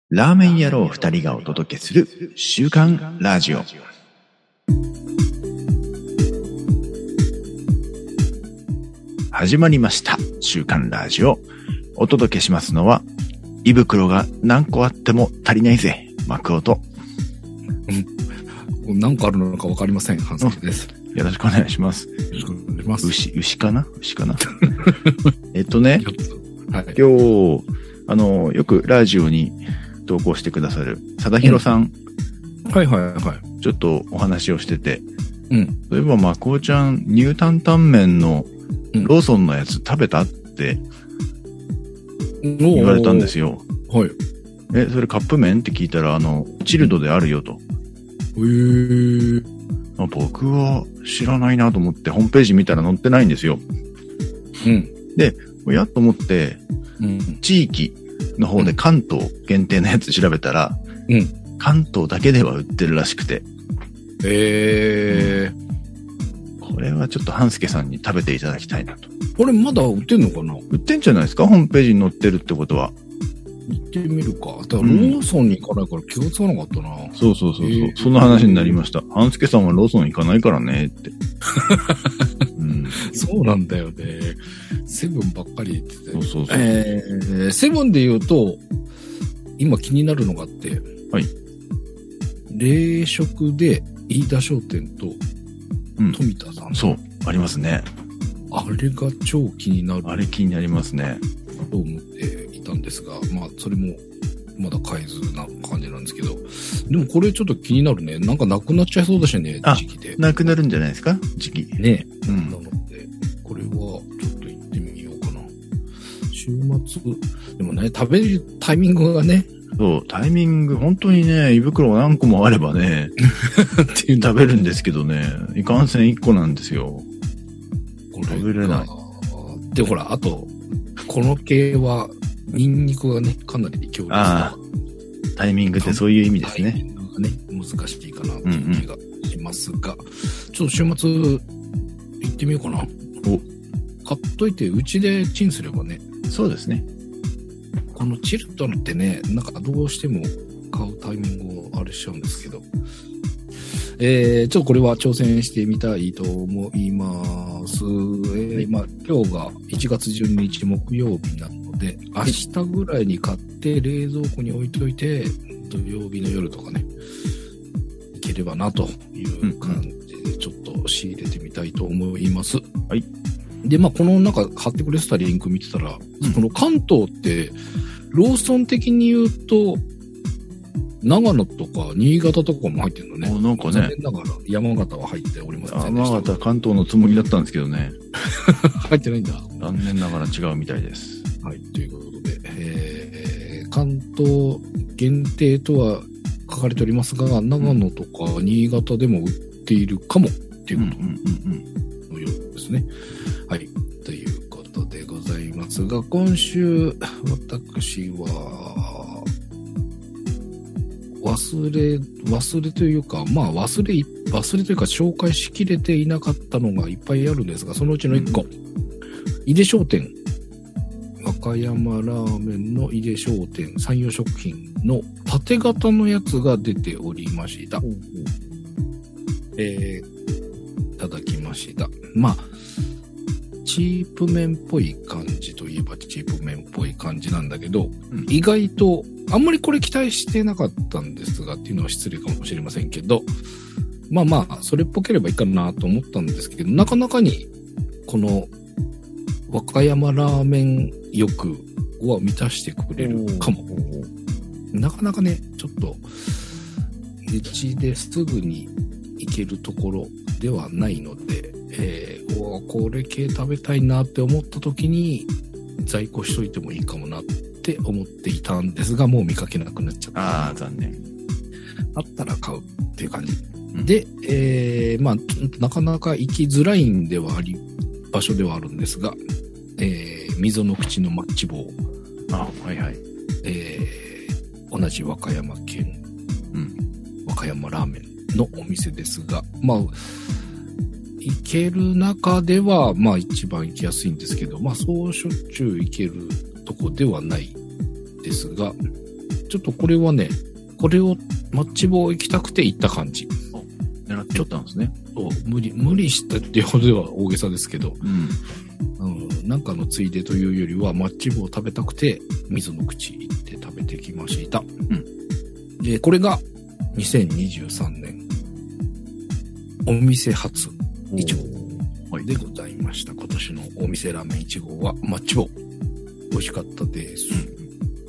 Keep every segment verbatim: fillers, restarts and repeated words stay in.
ラーメン野郎二人がお届けする週刊ラジオ。始まりました週刊ラジオ。お届けしますのは、胃袋が何個あっても足りないぜマクオと、 うん、何個あるのか分かりませんハンスケです。 よろしくお願いします。 よろしくお願いします。 牛牛かな牛かなえっとね、 はい、 今日あのよくラジオに投稿してくださる貞弘さん、 うん、はいはいはいちょっとお話をしてて、 うん、 そういえばまこうちゃんニュータンタン麺のローソンのやつ食べたって言われたんですよ。 はい。 え、それカップ麺って聞いたら、あのチルドであるよと。 へー。 僕は知らないなと思ってホームページ見たら載ってないんですよ。 うん。 で、やっと思って、うん、地域の方で関東限定のやつ調べたら、うん、関東だけでは売ってるらしくて。 へー。 うん、これはちょっと半助さんに食べていただきたいなと。 これまだ売ってんのかな？ 売ってんじゃないですか？ホームページに載ってるってことは。 行ってみるか。だからローソンに行かないから気がつかなかったな。 うん、そうそうそうそう、えー。そんな話になりました。半助さんはローソン行かないからねって。うん、 そうなんだよね。セブンばっかり言ってて。 そうそうそう。 えー、セブンで言うと、今気になるのがあって、 はい。 冷食で飯田商店と富田さん、 うん、そう、ありますね。 あれが超気になる。 あれ気になりますね。 と思っていたんですが、まあ、それもまだ買えずな感じなんですけど、でもこれちょっと気になるね。なんかなくなっちゃいそうだしね、時期で。 なくなるんじゃないですか、時期。 ねえ。 うん。 なので、これはちょっと行ってみようかな。週末、でもね、食べるタイミングがね。 そう、タイミング、本当にね、胃袋が何個もあればね、っていう食べるんですけどね、いかんせんいっこなんですよ。 これ食べれない。 で、ほら、あと、この系は、ニンニクがね、かなり強烈な。 タイミングってそういう意味ですね。 タイミングがね、難しいかなという気がしますが、うんうん、ちょっと週末、行ってみようかな。お買っといて、うちでチンすればね。 そうですね。 このチルトンってね、なんかどうしても買うタイミングをあれしちゃうんですけど、えー、ちょっとこれは挑戦してみたいと思います。えー、まあ今日がいちがつじゅうににち木曜日なので、明日ぐらいに買って冷蔵庫に置いといて、土曜日の夜とかね、いければなという感じでちょっと仕入れてみたいと思います。 はい。 で、まあこの中貼ってくれてたリンク見てたら、うん、この関東ってローソン的に言うと、長野とか新潟とかも入ってるのね。 なんかね。 残念ながら山形は入っておりませんでした。 山形関東のつもりだったんですけどね。 入ってないんだ。 残念ながら違うみたいです。 はい、ということで、えー、関東限定とは書かれておりますが、長野とか新潟でも売っているかもっていうことのようですね。はい、ということでございますが、今週私は忘れ、忘れというか、まあ忘れ、忘れというか紹介しきれていなかったのがいっぱいあるんですが、そのうちのいっこ、井出商店、和歌山ラーメンの井出商店、山陽食品の縦型のやつが出ておりました。うんうん、えー、いただきました。まあ、チープ麺っぽい感じといえばチープ麺っぽい感じなんだけど、うん、意外とあんまりこれ期待してなかったんですがっていうのは失礼かもしれませんけど、まあまあそれっぽければいいかなと思ったんですけど、なかなかにこの和歌山ラーメン欲は満たしてくれるかも。なかなかね、ちょっとうちですぐに行けるところではないので、えー、おこれ系食べたいなって思った時に在庫しといてもいいかもなって思っていたんですが、もう見かけなくなっちゃった。 ああ、残念。 あったら買うっていう感じ。うん、で、えー、まあ、なかなか行きづらいんではあり、場所ではあるんですが、えー、溝の口のマッチ棒。 あ、はいはい。 えー、同じ和歌山県、うん、和歌山ラーメンのお店ですが、まあ、行ける中では、まあ一番行きやすいんですけど、まあそうしょっちゅう行けるとこではないですが、 ちょっとこれはね、これをマッチ棒行きたくて行った感じ。 狙ってちょったんですね。 そう、無理、無理したっていうほどでは大げさですけど、 うん。 うん、なんかのついでというよりは、マッチ棒を食べたくて、水の口行って食べてきました。うん。で、これが、にせんにじゅうさんねん、お店初、いちごでございました。今年のお店ラーメンいちごは、マッチ棒。美味しかったです。うん、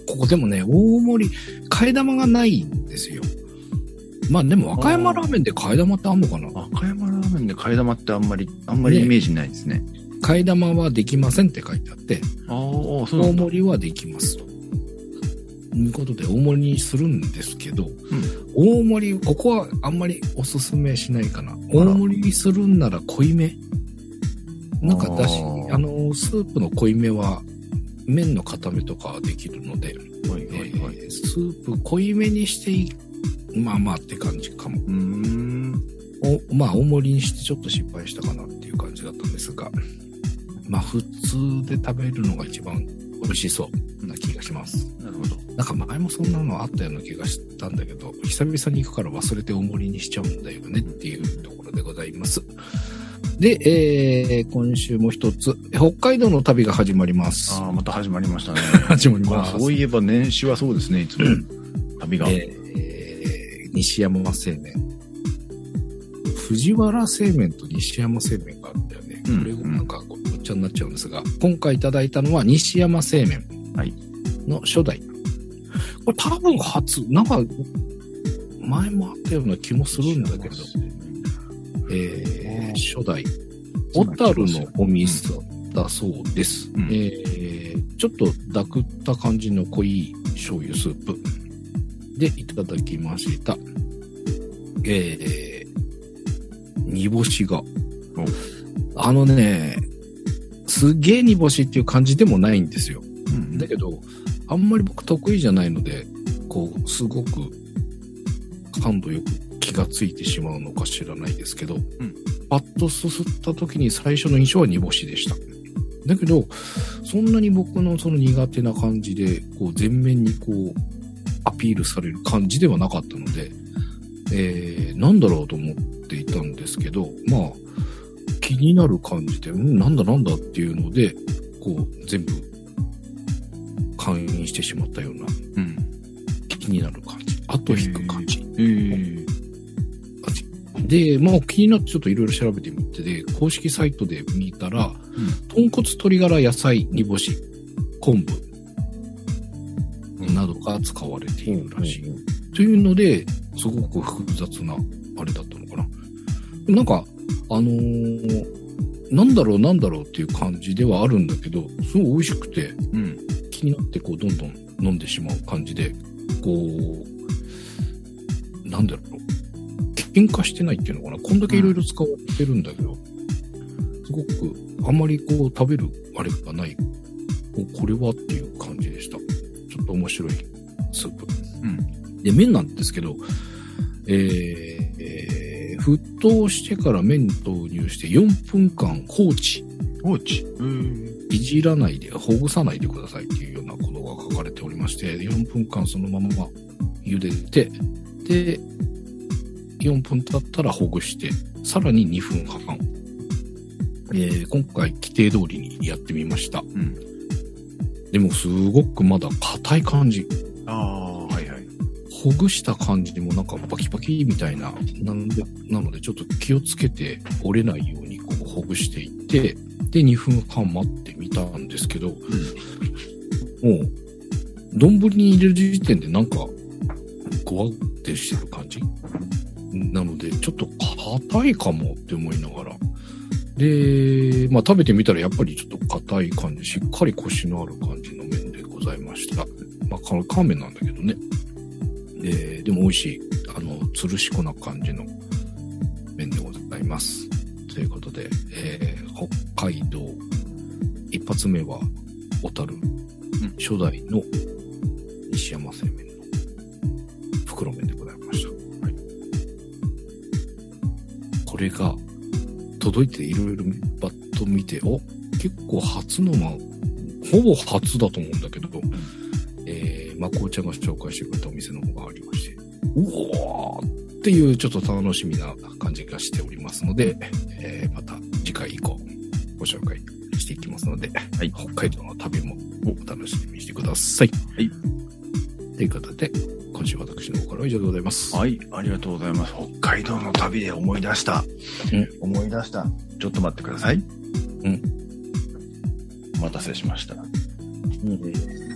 ここでもね、大盛り、替え玉がないんですよ。まあでも和歌山ラーメンで替え玉ってあんのかな？ 和歌山ラーメンで替え玉ってあんまり、あんまりイメージないですね。 替え玉はできませんって書いてあって、 ああ、そう大盛りはできますと。ということで大盛りにするんですけど、うん、大盛り、ここはあんまりおすすめしないかな。大盛りにするんなら濃いめ。なんかだし、あの、スープの濃いめは麺の固めとかはできるので、はいはいはいえー、スープ濃いめにしていまあまあって感じかも。うーんおまあ大盛りにしてちょっと失敗したかなっていう感じだったんですが、まあ普通で食べるのが一番美味しそうな気がします。なるほど。なんか前もそんなのあったような気がしたんだけど、久々に行くから忘れて大盛りにしちゃうんだよねっていうところでございます。で、えー、今週も一つ、北海道の旅が始まります。 ああ、また始まりましたね。 始まります。 そういえば年始はそうですね、いつも。旅が。 えー西山製麺。藤原製麺と西山製麺があったよね。うん、これがなんかごっちゃになっちゃうんですが、今回いただいたのは西山製麺の初代。これ多分初、なんか前もあったような気もするんだけど、えー、初代。小樽のお店だそうです。うん、えー、ちょっとダクった感じの濃い醤油スープ。で、いただきました。えー、煮干しが。あのね、すげえ煮干しっていう感じでもないんですよ。うん、だけど、あんまり僕得意じゃないので、こう、すごく感度よく気がついてしまうのか知らないですけど、うん、パッとすすった時に最初の印象は煮干しでした。だけど、そんなに僕のその苦手な感じで、こう、全面にこう、アピールされる感じではなかったので、えー、なんだろうと思っていたんですけど、まあ、気になる感じで、うん、なんだなんだっていうので、こう、全部、会員してしまったような、うん、気になる感じ。後引く感じ。えー、で、まあ、気になってちょっといろいろ調べてみてで、公式サイトで見たら、うん、豚骨鶏ガラ野菜煮干し、昆布、などが使われているらしい。うんうん、というので、すごく複雑な、あれだったのかな。なんか、あのー、なんだろうなんだろうっていう感じではあるんだけど、すごい美味しくて、うん、気になってこう、どんどん飲んでしまう感じで、こう、なんだろう、喧嘩してないっていうのかな。こんだけいろいろ使われてるんだけど、すごく、あんまりこう、食べるあれがない、これはっていう感じでした。ちょっと面白いスープ。うん。で、麺なんですけど、えーえー、沸騰してから麺投入してよんぷんかん放置。 放置いじらないで、ほぐさないでくださいっていうようなことが書かれておりまして、よんぷんかんそのまま茹でて、で、よんぷん経ったらほぐして、さらににふんはん。えー、今回規定通りにやってみました。うん。でもすごくまだ硬い感じ。 ああ、はいはい。 ほぐした感じでもなんかパキパキみたいな。なんで、なのでちょっと気をつけて折れないようにこうほぐしていって、でにふんはん待ってみたんですけど、うん、もう、丼に入れる時点でなんか、ごわってしてる感じなので、ちょっと硬いかもって思いながら。で、まあ食べてみたらやっぱりちょっと硬い感じ、しっかりコシのある感じの麺でございました。まあ、これ乾麺なんだけどね。で、でも美味しい、あの、つるしこな感じの麺でございます。ということで、えー、北海道、一発目は小樽、うん、初代の西山製麺の袋麺でございました。はい、これが、届いていろいろバッと見て、お、結構初の、まあ、ほぼ初だと思うんだけど、えー、 まこうちゃんが紹介してくれたお店の方がありまして、うおーっていうちょっと楽しみな感じがしておりますので、えー、また次回以降ご紹介していきますので、はい、北海道の旅もお楽しみにしてください。はい。ということで、今週私の方からは以上でございます。 はい、ありがとうございます。北海道の旅で思い出した。うん、思い出した。ちょっと待ってください。うん。お待たせしました。うん。えー、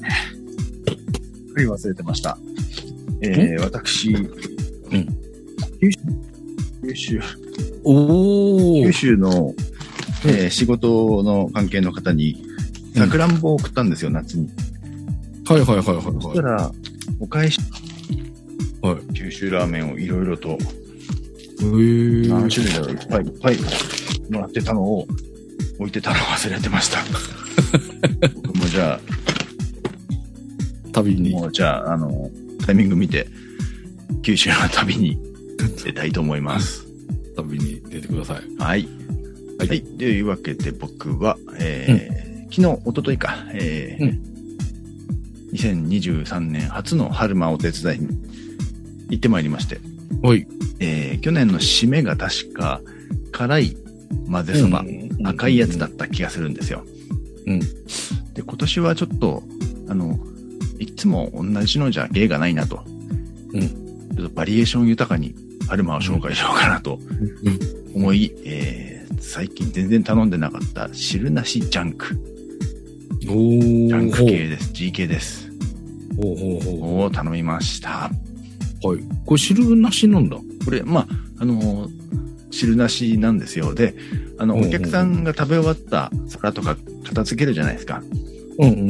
忘れてました。えー、私、うん。九州、九州、お九州の、えー、仕事の関係の方に、さくらんぼを送ったんですよ、うん、夏に。 はいはいはいはい、はい。そしたら、お返し、はい、九州ラーメンをいろいろと、何種類だろう、いっぱいいっぱいもらってたのを置いてたのを忘れてました。僕もじゃあ、 旅に。 もうじゃあ、あの、タイミング見て、九州の旅に出たいと思います。 旅に出てください。 はい。はい。はい、というわけで僕は、えーうん、昨日、一昨日か、えーうん、にせんにじゅうさんねん初の春間お手伝いに行ってまいりまして。 はい。 えー、去年の締めが確か、辛い混ぜそば、うん、赤いやつだった気がするんですよ。うん。で、今年はちょっと、あの、いつも同じのじゃ芸がないなと。うん。ちょっとバリエーション豊かに春間を紹介しようかなと思い、うん、えー、最近全然頼んでなかった汁なしジャンク。おー。ジャンク系です。G 系です。 ほうほうほう。 を頼みました。はい。 これ汁なしなんだ。 これ、まあ、あのー、汁なしなんですよ。で、あの、お客さんが食べ終わった皿とか片付けるじゃないですか。うんうんうんうん。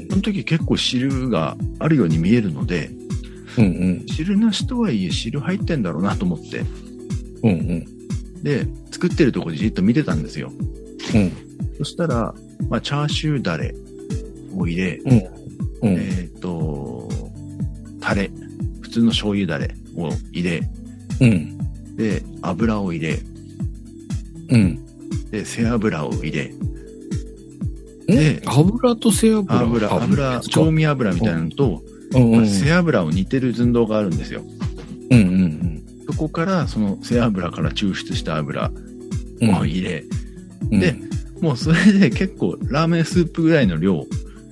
その時結構汁があるように見えるので、うんうん、汁なしとはいえ汁入ってんだろうなと思って、うんうん、で、作ってるとこでじっと見てたんですよ。うん、そしたら、まあ、チャーシューダレを入れ、うんうん、えっと、タレ、普通の醤油ダレを入れ、うん、で、油を入れ、うん、で、背脂を入れ、 で、油と背脂油、油、調味油みたいなのと、うんうん、背脂を煮てる寸胴があるんですよ。うんうんうん。そこから、その背脂から抽出した油を入れ、うん、で、もうそれで結構ラーメンスープぐらいの量、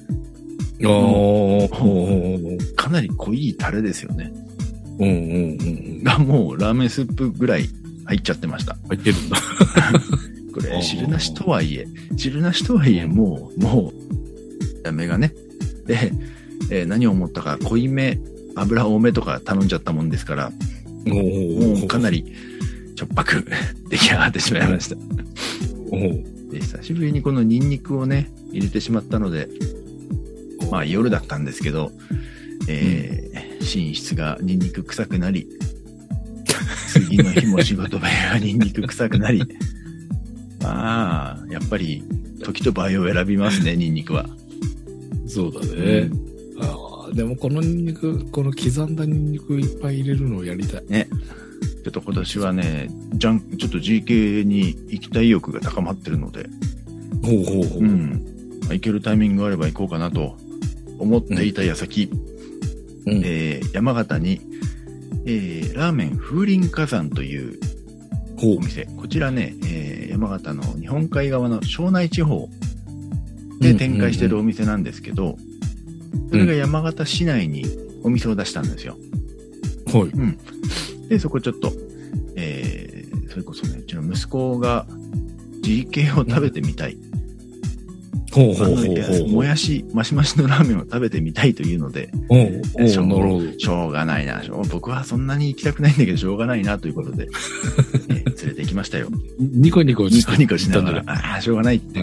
かなり濃いタレですよね。うんうんうん。がもうラーメンスープぐらい入っちゃってました。 入ってるんだ。 これ、汁なしとはいえ、汁なしとはいえ、もう、もう、やめがね。で、えー、何を思ったか、濃いめ、油多めとか頼んじゃったもんですから、もうかなり、しょっぱく出来上がってしまいました。で、久しぶりにこのニンニクをね、入れてしまったので、まあ夜だったんですけど、えー、寝室がニンニク臭くなり、次の日も仕事場がニンニク臭くなり、まあ、やっぱり、時と場合を選びますね、ニンニクは。 そうだね。うん、ああ、でもこのニンニク、この刻んだニンニクいっぱい入れるのをやりたい。 ね。ちょっと今年はね、ジャン、ちょっと ジー 系に行きたい意欲が高まってるので。ほうほうほう。うん。行けるタイミングがあれば行こうかなと思っていた矢先、うん、えー、山形に、えー、ラーメン風林火山というお店。こちらね、えー、山形の日本海側の庄内地方で展開してるお店なんですけど、それが山形市内にお店を出したんですよ。はい。うん。で、そこちょっと、えー、それこそね、うちの息子が ジー 系を食べてみたい。ほうほうほうほう。もやし、マシマシのラーメンを食べてみたいというので、おうおうしょう、しょうがないな。僕はそんなに行きたくないんだけど、しょうがないなということで、え連れて行きましたよ。 ニコニコニコニコしながら、ああ、しょうがないって。うん、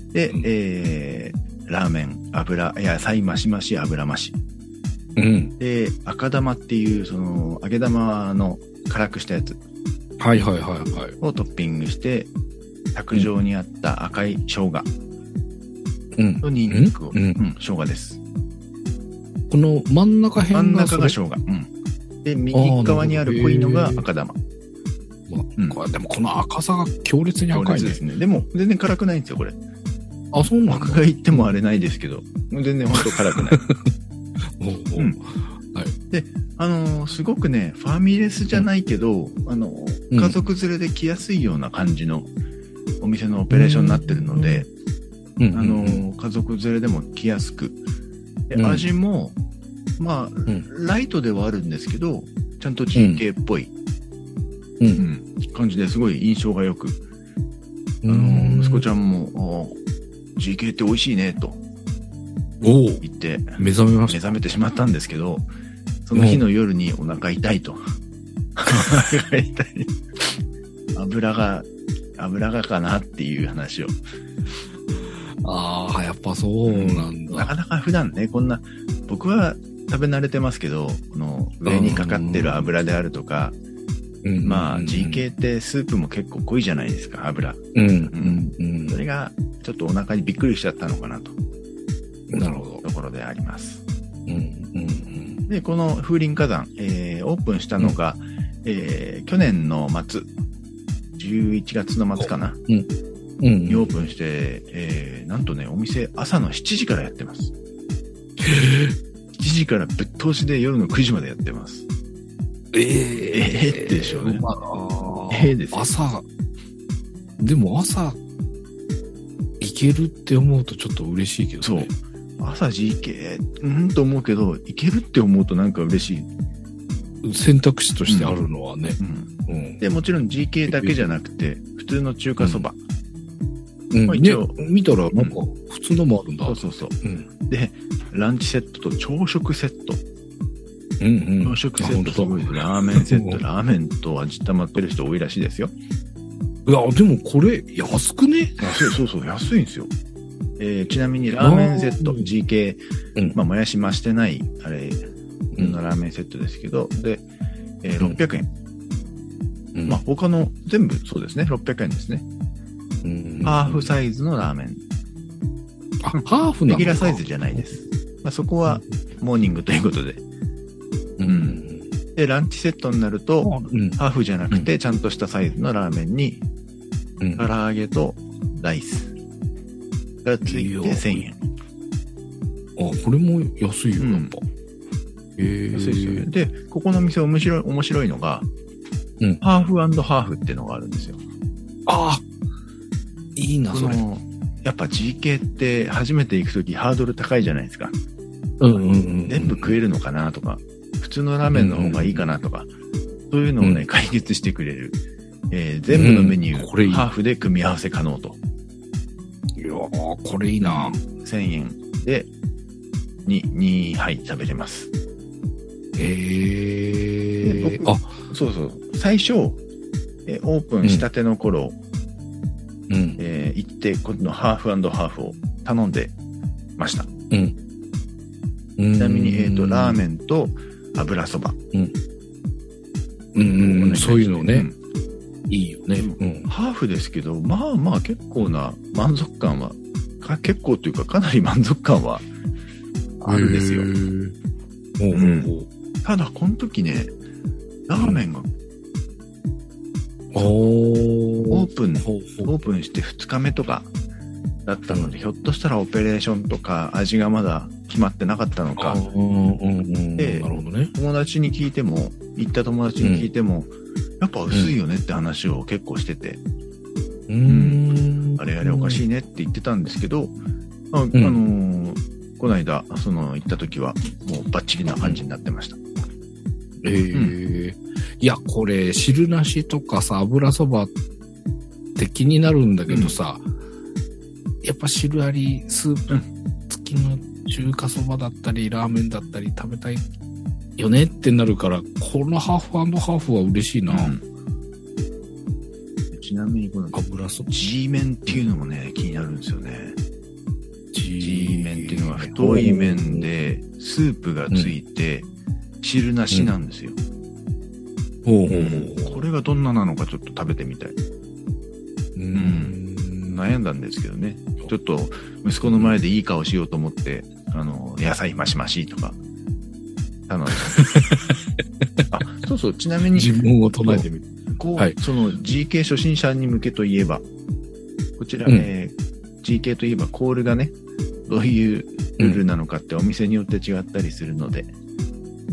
で、うん、えー、ラーメン、油、野菜マシマシ、油増し。うん。で、赤玉っていう、その、揚げ玉の辛くしたやつ。 はいはいはいはい。 をトッピングして、卓上にあった赤い生姜。うん。とニンニクを。うん。うん、生姜です。 この真ん中辺が真ん中が生姜。うん。で、右側にある濃いのが赤玉。 まあうん、これでもこの赤さが強烈に赤いね。 ですね。でも、全然辛くないんですよ、これ。 あ、そうなんだ。 僕が言ってもあれないですけど、全然ほんと辛くない。 うん、 はい。で、あのー、すごくね、ファミレスじゃないけど、うん、あの、家族連れで来やすいような感じのお店のオペレーションになってるので、うん、あのー、家族連れでも来やすく、で、うん、味も、まあ、うん、ライトではあるんですけど、ちゃんと ジーケー っぽい、うんうん、感じですごい印象がよく、あのー、息子ちゃんも、ジーケー って美味しいね、と言って、 目覚めました。 目覚めてしまったんですけど、その日の夜にお腹痛いと。お腹痛い。油が、油がかなっていう話を。 ああ、やっぱそうなんだ、うん。 なかなか普段ね、こんな、僕は食べ慣れてますけど、この上にかかってる油であるとか、うん、まあ ジーケー ってスープも結構濃いじゃないですか、油。うんうんうん、それがちょっとお腹にびっくりしちゃったのかなと。 なるほど。 ところであります。うんうんうん、で、この風林火山、えー、オープンしたのが、うんえー、去年の末、じゅういちがつの末かな、うんうん、にオープンして、えー、なんとね、お店朝のしちじからやってます。しちじからぶっ通しで夜のくじまでやってます。えー、えー、ってでしょうね。まあ、えー、ですよ。 朝、でも朝、行けるって思うとちょっと嬉しいけどね。 そう。朝 ジーケー、うんと思うけど、行けるって思うとなんか嬉しい。 選択肢としてあるのはね。 うん。うんうん、で、もちろん ジーケー だけじゃなくて、普通の中華そば。 うん。まあ、一応、ね、見たらなんか普通のもあるんだ。 そうそうそう。うん。で、ランチセットと朝食セット。うんうん。朝食セットすごい。ラーメンセット、ラーメンと味玉ってる人多いらしいですよ。 いや、でもこれ、安くね？ 安い、そうそう、安いんですよ。えー、ちなみにラーメンセット、ジーケー、うん、まあ、もやし増してない、あれ、のラーメンセットですけど、で、えー、ろっぴゃくえん。うん、まあ、他の全部そうですね、ろっぴゃくえんですね。うん、ハーフサイズのラーメン。 あ、ハーフなのか。 レギュラーサイズじゃないです。まあ、そこはモーニングということで。うん。で、ランチセットになると、うん、ハーフじゃなくて、ちゃんとしたサイズのラーメンに、うん、唐揚げとライスがついてせんえん。あ、 これも安いよ、やっぱ。 うん、へえ。安いですよね。で、ここの店面白い、面白いのが、うん、ハーフ&ハーフっていうのがあるんですよ。 ああ、いいな、それ。 やっぱ ジーケー って初めて行くときハードル高いじゃないですか。 うんうんうん。 全部食えるのかなとか、普通のラーメンの方がいいかなとか、そういうのをね、解決してくれる。えー、全部のメニュー、うん、これいいハーフで組み合わせ可能と。 いやー、これいいな。 せんえんで、に、にはい食べれます。 へー。あ、 そうそう。最初、えー、オープンしたての頃、うん、えー、行って、このハーフ&ハーフを頼んでました。うん。ちなみに、えっと、ラーメンと油そば。 うん。うん、うん、そういうのね。うんいいよね、 うん。ハーフですけど、まあまあ結構な満足感は、か結構というかかなり満足感はあるんですよ。うん、ただこの時ね、ラーメンが、うん、オープン、オープンしてふつかめとかだったので、うん、ひょっとしたらオペレーションとか味がまだ決まってなかったのか。で、なるほどね、友達に聞いても、行った友達に聞いても、うんやっぱ薄いよねって話を結構してて、うん、あれあれおかしいねって言ってたんですけど、あ、うん、あのー、この間、その行った時はもうバッチリな感じになってました。 えー、うん、いや、これ汁なしとかさ、油そばって気になるんだけどさ、うん、やっぱ汁ありスープ付きの中華そばだったりラーメンだったり食べたいよねってなるから、このハーフ&ハーフは嬉しいな。うん、 ちなみにこの油そば G 麺っていうのもね気になるんですよね。G 麺っていうのは太い麺でスープがついて汁なしなんですよ。うんうん、これがどんななのかちょっと食べてみたい。うん、うん、悩んだんですけどね。ちょっと息子の前でいい顔しようと思ってあの野菜マシマシとか。あのあそうそうちなみに自分を唱えてみるこう、はい、その ジーケー 初心者に向けといえばこちら、うんえー、ジーケー といえばコールがねどういうルールなのかってお店によって違ったりするので、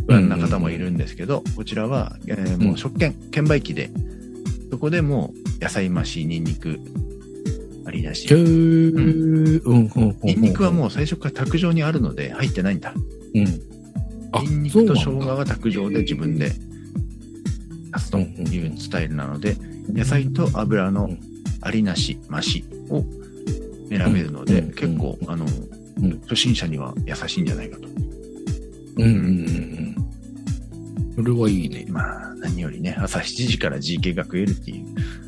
不安な方もいるんですけど、こちらは、えー、もう食券、券売機で、そこでもう野菜増し、ニンニク、ありだし。 へー。うん。 ニンニクはもう最初から卓上にあるので入ってないんだ。 うん。 ニンニクと生姜は卓上で自分で足すというスタイルなので、野菜と油のありなし、増しを選べるので、結構、あの、初心者には優しいんじゃないかと。 うんうんうん。それはいいね。 まあ、何よりね、朝しちじから ジーケー が食えるっていう。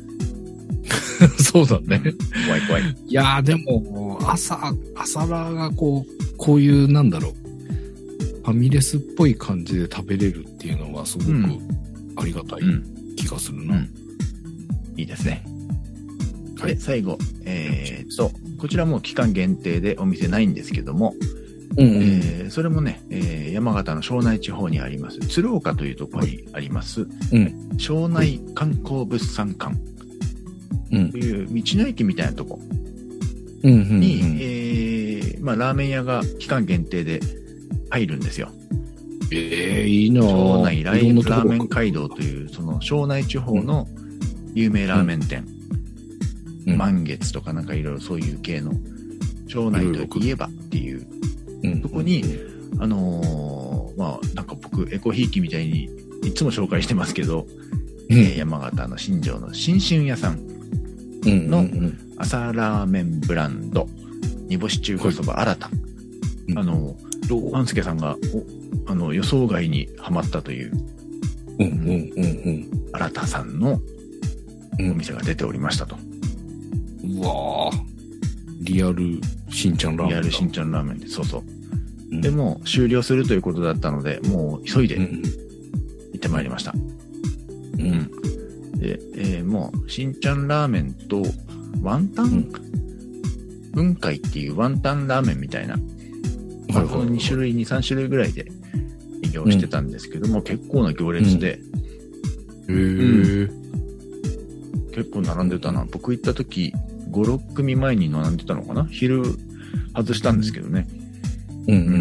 そうだね。 怖い怖い。 いやーでも、朝、朝ラーがこう、こういうなんだろう、ファミレスっぽい感じで食べれるっていうのはすごくありがたい気がするな。うんうん、 いいですね。はい。で、最後、えー、っと、こちらも期間限定でお店ないんですけども、うんうん、えー、それもね、えー、山形の庄内地方にあります、鶴岡というところにあります、うん、庄内観光物産館という道の駅みたいなとこに、うんうんうん、えー、まあ、ラーメン屋が期間限定で入るんですよ。 ええー、いいなぁ。 庄内ライラーメン街道という、その庄内地方の有名ラーメン店、うん、満月とかなんかいろいろそういう系の、庄内といえばっていう、そこに、あのー、まあ、なんか僕、エコひいきみたいにいつも紹介してますけど、うん、えー、山形の新庄の新春屋さんの朝ラーメンブランド、煮干し中華そば新た。うん、あの、半助さんが、あの、予想外にハマったという、 うんうんうんうん、 新たさんのお店が出ておりましたと。 うわぁ。リアルしんちゃんラーメン。 リアルしんちゃんラーメンで、そうそう。うん、でも、終了するということだったので、もう急いで行ってまいりました。うん。うん、で、えー、もう、しんちゃんラーメンと、ワンタン、雲、うん、海っていうワンタンラーメンみたいな、まあ、このに種類、に、さん種類ぐらいで営業してたんですけども、うん、結構な行列で、 うん、へー、うん、 結構並んでたな。僕行った時、ご、ろっ組前に並んでたのかな。昼外したんですけどね。 うんうんうん。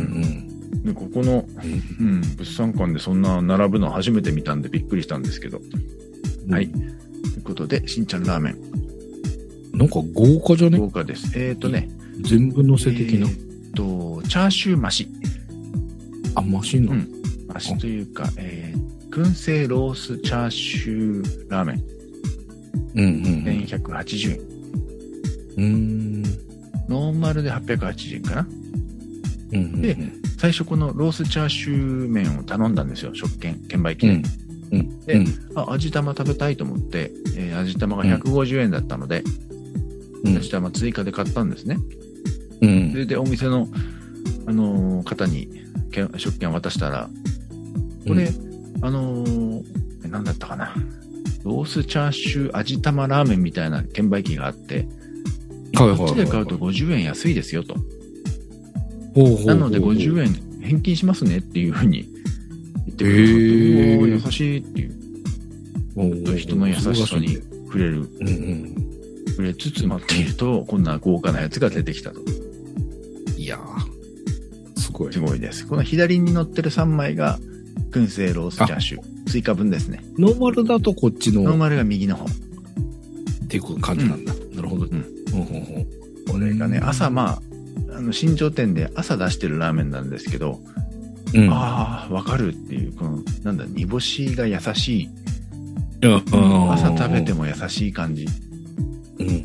で、ここの、うん、物産館でそんな並ぶの初めて見たんでびっくりしたんですけど。うん、はい。ということで、しんちゃんラーメン。 なんか豪華じゃね？ 豪華です。えっ、ー、とね。 全部乗せ的な。 えー、と、チャーシュー増し。 あ、増しの、 うん。増しというか、えー、燻製ロースチャーシューラーメン。 うんうん、うん。 せんひゃくはちじゅうえん。 うーん。 ノーマルではっぴゃくはちじゅうえんかな。 うんうんうん、 で、最初このロースチャーシュー麺を頼んだんですよ。食券、券売機で。うんうん、で、うん、あ、味玉食べたいと思って、えー、味玉がひゃくごじゅうえんだったので、うん、味玉追加で買ったんですね。うん、それでお店の、あのー、方に食券を渡したら、これ、うん、あのー、何だったかな。ロースチャーシュー味玉ラーメンみたいな券売機があって、こっちで買うとごじゅうえん安いですよと。 ほうほうほうほう、 なのでごじゅうえん返金しますねっていうふうに言ってくれた。おー、優しいっていう。お人の優しさに触れる。うんうん、触れつつ待っていると、こんな豪華なやつが出てきたと。 いやー、すごい。 すごいです。この左に乗ってるさんまいが、燻製ロースチャーシュー。追加分ですね。 ノーマルだとこっちの。 ノーマルが右の方。 っていう感じなんだ。うん、なるほど。うん。ほうほうほう。 これがね、朝まあ、あの、新庄店で朝出してるラーメンなんですけど、うん、ああ、わかるっていう、この、なんだ、煮干しが優しい。朝食べても優しい感じ。うん、うん、うん、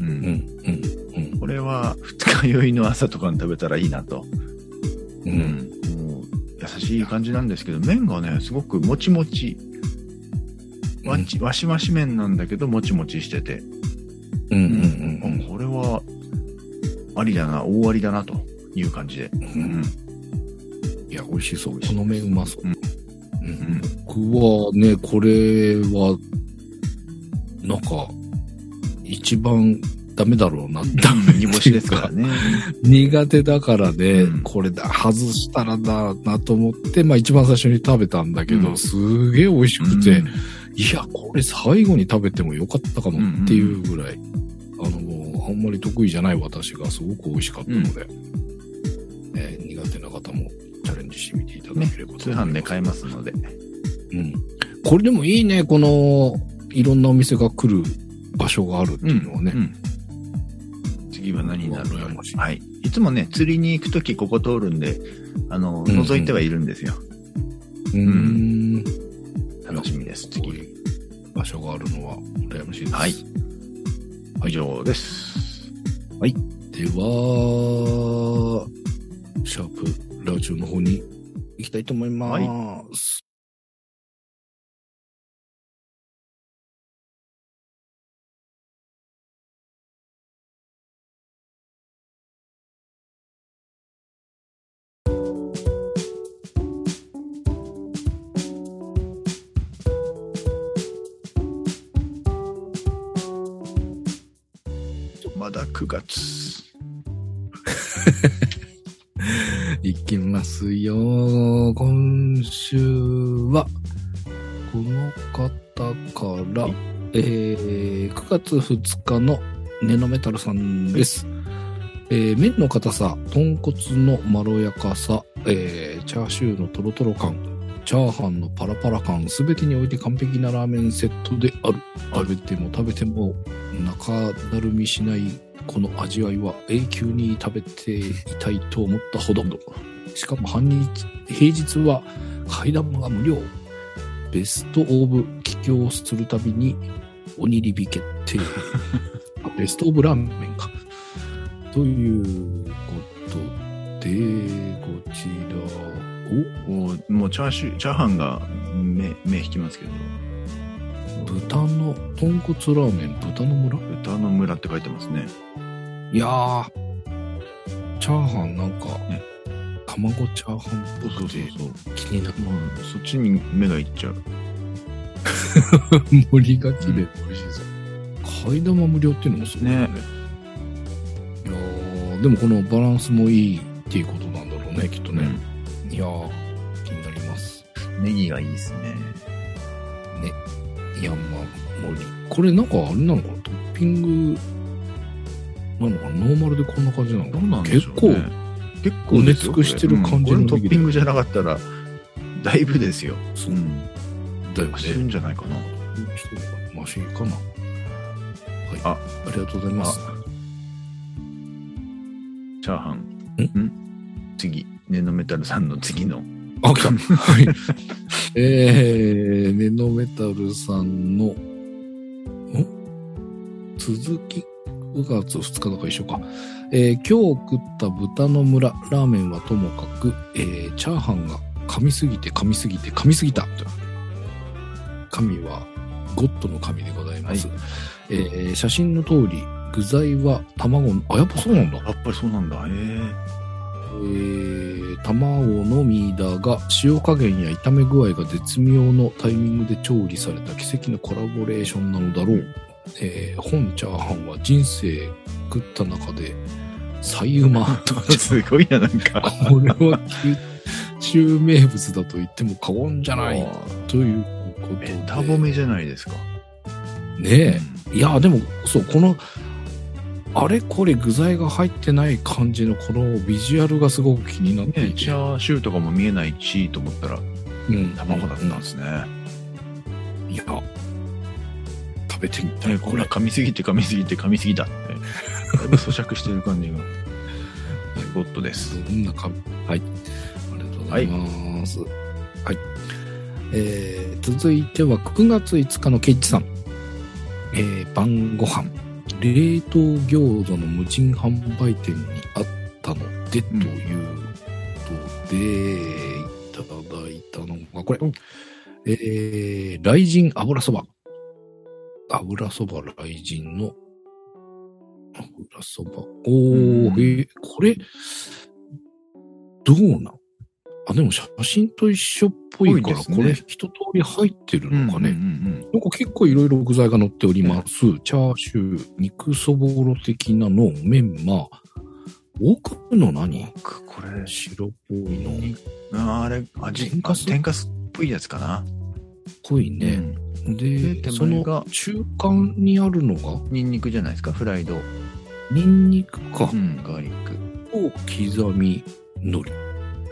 うん。これは、二日酔いの朝とかに食べたらいいなと。うん。もう、優しい感じなんですけど、麺がね、すごくもちもち。わち、わしわし麺なんだけど、もちもちしてて。うん、うん、うん。これは、ありだな、大ありだな、という感じで。うん。 いや、美味しそう。この麺うまそう。うん。うん、僕はね、これは、なんか、一番ダメだろうなって。 煮干しですからね。 苦手だからね、うん、これだ、外したらだなと思って、まあ一番最初に食べたんだけど、うん、すげえ美味しくて、うん、いや、これ最後に食べてもよかったかもっていうぐらい、うん、あの、もうあんまり得意じゃない私がすごく美味しかったので、うん、えー、苦手な方もチャレンジ知してみていただければ、 ね、通販で買えますので。 うん。これでもいいね、この、いろんなお店が来る場所があるっていうのはね。うんうん、 次は何になるのか。はい。いつもね、釣りに行くときここ通るんで、あの、うんうん、覗いてはいるんですよ。 うん。うん、 楽しみです、次。 場所があるのは羨ましいです。 はい。以上です。 はい。では、シャープラジオの方に行きたいと思います。はい、 まだくがつ。 いきますよ。今週は、この方から、はい、えー、くがつふつかのネノメタルさんです。はい、えー、麺の硬さ、豚骨のまろやかさ、えー、チャーシューのトロトロ感、チャーハンのパラパラ感、すべてにおいて完璧なラーメンセットである。食べても食べても中だるみしないこの味わいは永久に食べていたいと思ったほど。しかも半日、平日は替え玉が無料。ベストオブ帰郷するたびにおにりび決定。ベストオブラーメンか。ということで、こちらを。おもうチャーシュー、チャーハンが目、目引きますけど。 豚の、豚骨ラーメン、豚の村？ 豚の村って書いてますね。 いやー、チャーハンなんか、ね、卵チャーハンっぽくて気になる。 そっちに目がいっちゃう。 盛りが綺麗で美味しいですよ。替え玉無料っていうのもすごいね。ね、いやー、でもこのバランスもいいっていうことなんだろうね、きっとね。うん、いやー、気になります。 ネギがいいですね。 ね。いや、まあ、盛り。これなんかあれなのかな、トッピングなのかな、ノーマルでこんな感じなのかな。 どうなんでしょうね。 結構、結構ね尽くしてる感じの、 うん、これトッピングじゃなかったら、だいぶですよ。 そう。うん、だよね。 してるんじゃないかな。 マシかな。はい。あ、ありがとうございます。 チャーハン。んん次。ネノメタルさんの次の。 あ、来た。はい。えー、ネノメタルさんの、ん続きくがつふつかだから一緒か。えー、今日食った豚の村ラーメンはともかく、えー、チャーハンが噛みすぎて噛みすぎて噛みすぎた。神はゴッドの神でございます。はい、えー、写真の通り具材は卵、あ、やっぱそうなんだ。 やっぱりそうなんだ。へー。 えー、卵のみだが塩加減や炒め具合が絶妙のタイミングで調理された奇跡のコラボレーションなのだろう。えー、本チャーハンは人生食った中で最うまとすごいな、なんかこれは九州名物だと言っても過言じゃないということで、 ベタ褒めじゃないですかねえ、うん、いやでもそう、このあれこれ具材が入ってない感じのこのビジュアルがすごく気になっていて、ね、 チャーシューとかも見えないしと思ったら、うん、卵だったんですね、 うん、いや食べてみたい、 ね、これは噛みすぎて噛みすぎて噛みすぎだってだいぶ咀嚼してる感じがゴッドです。 どんなか、はい、ありがとうございます。はい、はい、えー、続いてはくがついつかのケイチさん、えー、晩ご飯冷凍餃子の無人販売店にあったので、うん、ということでいただいたのがこれ、うん、えー、雷神油そば油そば雷神の油そば。おー、うん、えー、これ、どうなん？あ、でも写真と一緒っぽいから、ね、これ一通り入ってるのかね。うんうんうん、なんか結構いろいろ具材が乗っております。うん、チャーシュー、肉そぼろ的なの、メンマ、奥の何？ これ、 白っぽいの。 あ、あれ、味、天かす？天かすっぽいやつかな。 ぽいね。うん、で、でその中間にあるのがニンニクじゃないですか、フライド。 ニンニクか。 うん、ガーリック。 を刻み海苔。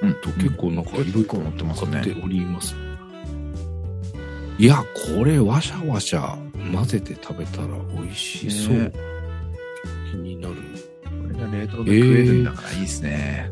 と結構なんかいろいろ持ってますね。 買っております。いや、これわしゃわしゃ混ぜて食べたら美味しそう。ね、気になる。 これが冷凍で食えるんだからいいですね。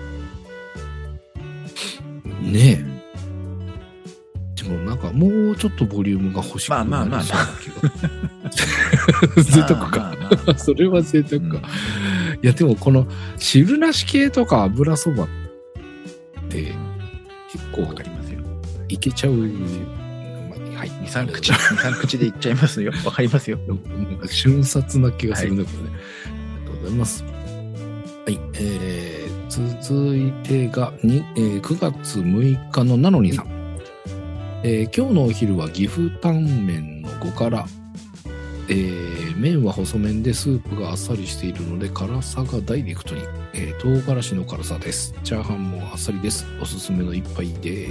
えー、ねえ。でもなんかもうちょっとボリュームが欲しくなりそうな気が。贅沢か。まあまあまあ、それは贅沢か。うん、いやでもこの汁なし系とか油そばって結構わかりますよ。いけちゃう。 はい、に、さん口、に、さん口でいっちゃいますよ。わかりますよ。 なんか瞬殺な気がするんだけどね。はい、ありがとうございます。はい、えー、続いてがに、えー、くがつむいかのなのにさん。えー、今日のお昼は岐阜タンメンのごから、えー、麺は細麺でスープがあっさりしているので辛さがダイレクトに、えー、唐辛子の辛さです。チャーハンもあっさりです。おすすめの一杯です。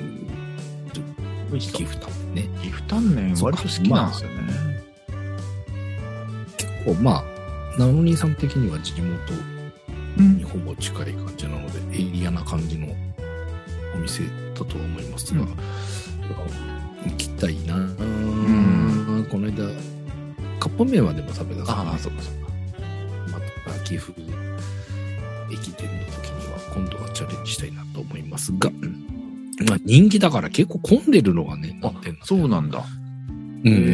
岐阜タンね。 岐阜タンメン割と好きなんですよね。まあ、結構まあ、なのにさん的には地元にほぼ近い感じなので、うん、エイリアな感じのお店だとは思いますが、うん、行きたいなぁ、うん、この間カップ麺はでも食べたから、 ああそうかそうか、 また岐阜駅伝の時には今度はチャレンジしたいなと思いますが、まあ人気だから結構混んでるのがね、 なってんの。そうなんだ。 うんうんうん、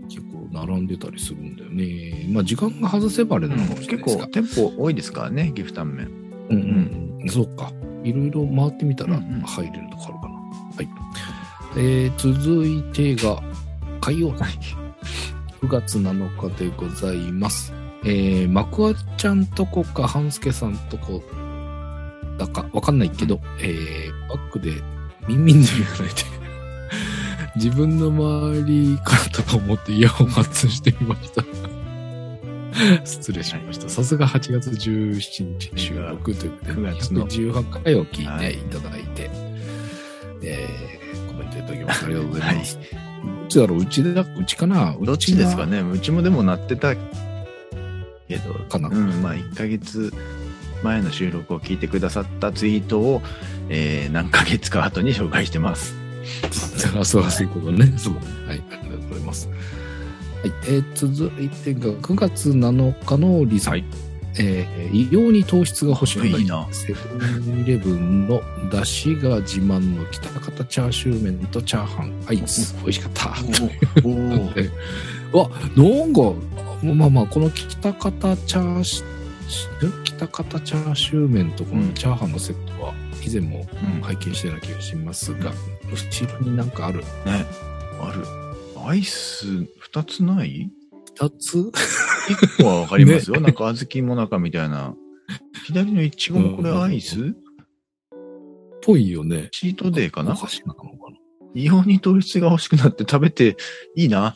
結構並んでたりするんだよね。まあ時間が外せばあれなのかもしれないですが、 うん、結構店舗多いですからね、岐阜タンメン。 うんうん、そうか。いろいろ回ってみたら入れるとこあるかな。うんうん、はい。えー、続いてが火曜日くがつなのかでございます。えー、マクワちゃんとこか半助さんとこだかわかんないけど、うん、えー、バックでミンミンで言われて自分の周りからとか思ってイヤホン発してみました失礼しました。さすがはちがつじゅうしちにち収録ということで、くがつのじゅうはちかいを聞いていただいて、はい、えー、コメントいただきました。ありがとうございます。はい、どっちだろう、うちでだ、うちかな、 どっちですかね。うちもでもなってたけど、 かな。 うん、まあいっかげつまえの収録を聞いてくださったツイートを、えー、何ヶ月か後に紹介してます。 あ、そうそういうことね。そう。はい、ありがとうございます。はい、えー、続いてがくがつなのかのリサイ、えー、異様に糖質が欲しくないセブンイレブンの出汁が自慢の北方チャーシュー麺とチャーハンアイス美味しかったおおわなんかまあまあこの北方チャーシ北方チャーシュー麺とこのチャーハンのセットは以前も拝見したような気がしますが、うん、後ろになんかあるね。ある。アイス二つない？ 二つ？ 一個はわかりますよ。ね、なんか小豆もなかみたいな。左のイチゴもこれアイス？ ぽいよね。 チートデーかな？ お菓子なのかな？ 異様に糖質が欲しくなって食べていいな。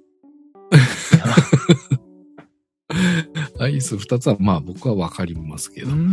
アイス二つはまあ僕はわかりますけど。はい、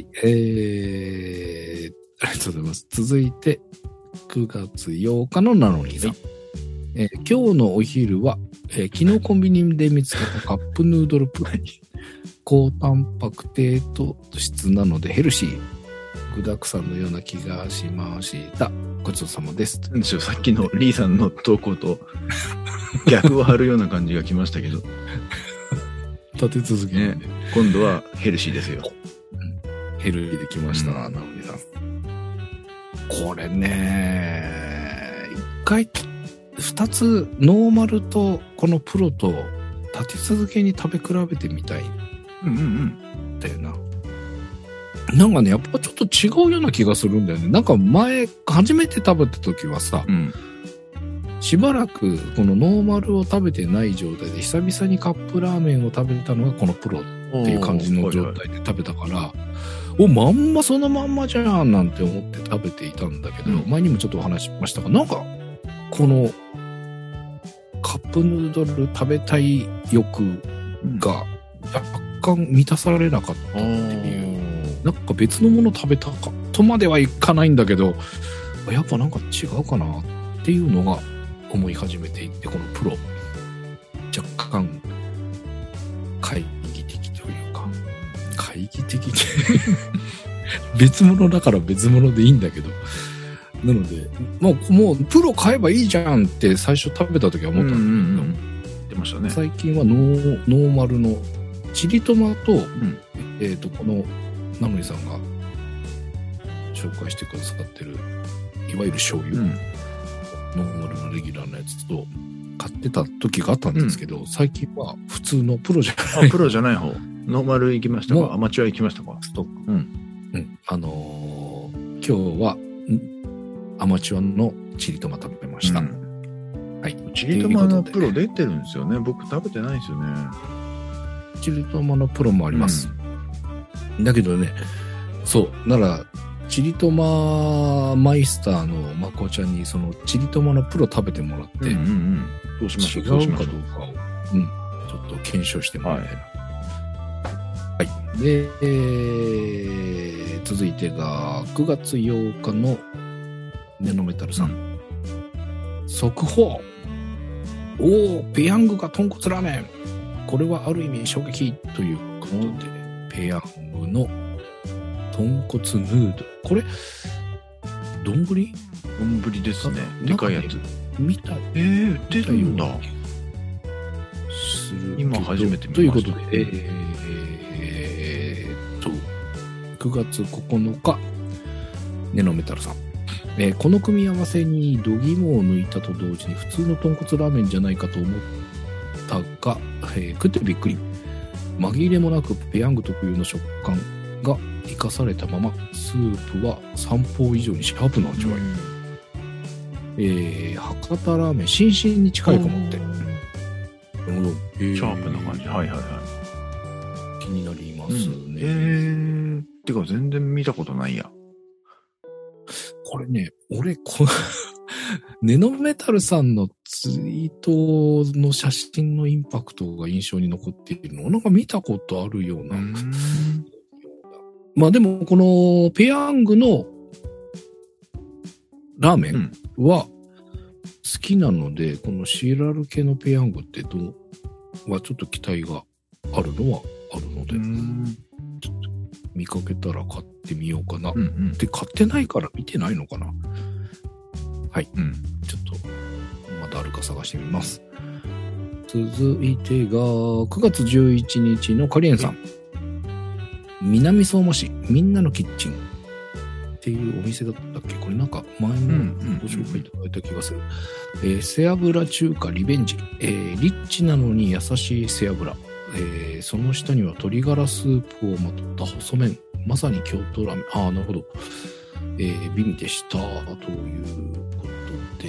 えー、ありがとうございます。続いてくがつようかのなのにさん。はい、えー、今日のお昼は、えー、昨日コンビニで見つけたカップヌードルプライ。高タンパク低糖質なのでヘルシー。具沢山のような気がしました。ごちそうさまです。 なんでしょう、さっきのリーさんの投稿と逆を張るような感じが来ましたけど。 立て続けね。 今度はヘルシーですよ。 うん、ヘルシーできましたな、うん、なのにさん。これね、一回、二つ、ノーマルとこのプロと立て続けに食べ比べてみたい。 うんうんうん。 だよな。なんかね、やっぱちょっと違うような気がするんだよね。なんか前、初めて食べた時はさ、うん、しばらくこのノーマルを食べてない状態で久々にカップラーメンを食べたのがこのプロっていう感じの状態で食べたから、お、まんまそのまんまじゃんなんて思って食べていたんだけど、うん、前にもちょっとお話しましたが、なんかこのカップヌードル食べたい欲が若干満たされなかったっていう、なんか別のもの食べたかとまではいかないんだけど、やっぱなんか違うかなっていうのが思い始めていって、このプロ若干懐疑的というか懐懐疑的に別物だから別物でいいんだけど。なので、まあ、もうプロ買えばいいじゃんって最初食べた時は思ったんだけど、うんうんうん、 出ましたね。 最近はノー、ノーマルのチリトマと、うん、えっ、ー、と、この、ナムリさんが紹介してくださってる、いわゆる醤油、うん、ノーマルのレギュラーのやつと買ってた時があったんですけど、うん、最近は普通のプロじゃない。 あ、プロじゃない方。ノーマル行きましたか？アマチュア行きましたか？ ストック。うん。うん。あのー、今日は、アマチュアのチリトマ食べました。うん、はい。 チリトマのプロ出てるんですよね。僕食べてないですよね。 チリトマのプロもあります。うん、だけどね、そう、なら、チリトママイスターのまこちゃんにそのチリトマのプロ食べてもらって、うんうんうん、 どうしましょう、 違うかどうかを、うん、ちょっと検証してもらいたいな。はい。はい、で、えー、続いてがくがつようかのネノメタルさん。うん、速報。おー、ペヤングが豚骨ラーメン。これはある意味衝撃ということで、ペヤングの豚骨ヌードル。これ、丼？ 丼ですね。でかいやつ。 見た。 えー、売ってるんだ。 する今初めて見ました。 ということで、えー、っと、くがつここのか、ネノメタルさん。えー、この組み合わせに度肝を抜いたと同時に普通の豚骨ラーメンじゃないかと思ったが、えー、食ってびっくり。紛れもなくペヤング特有の食感が生かされたまま、スープは三方以上にシャープな味わい。えー、博多ラーメン、新進に近いかもって。なるほど。 シャープな感じ。はいはいはい。 気になりますね。 えー、てか全然見たことないや。 これね、俺、このネノメタルさんのツイートの写真のインパクトが印象に残っているのをなんか見たことあるような。うんまあでも、このペヤングのラーメンは好きなので、うん、このシラル系のペヤングってどうはちょっと期待があるのはあるので、ちょっと見かけたら買ってみようかな。うんうん、で、買ってないから見てないのかな。はい。うん、ちょっと、まだあるか探してみます。続いてが、くがつじゅういちにちのカリエンさん。南相馬市、みんなのキッチンっていうお店だったっけ？これなんか前もご紹介いただいた気がする。うんうんうん、えー、背脂中華リベンジ。えー、リッチなのに優しい背脂。えー、その下には鶏ガラスープをまとった細麺。まさに京都ラーメン。ああ、なるほど。えー、美味でした。ということで。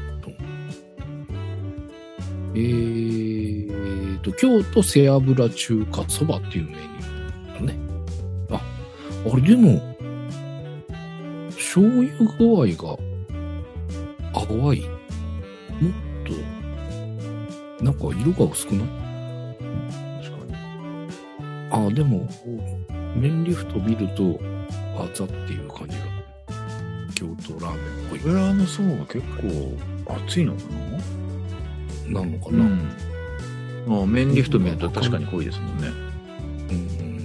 えーと、京都背脂中華そばっていうメニューだね。あ、あれでも、醤油具合が淡い。もっと、なんか色が薄くない？確かに。あ、でも、麺リフト見ると、あざっていう感じが。京都ラーメンっぽい。 油の層が結構熱いのかな？なのかな、 うん、あ麺リフト見ると確かに濃いですもんね。 うん。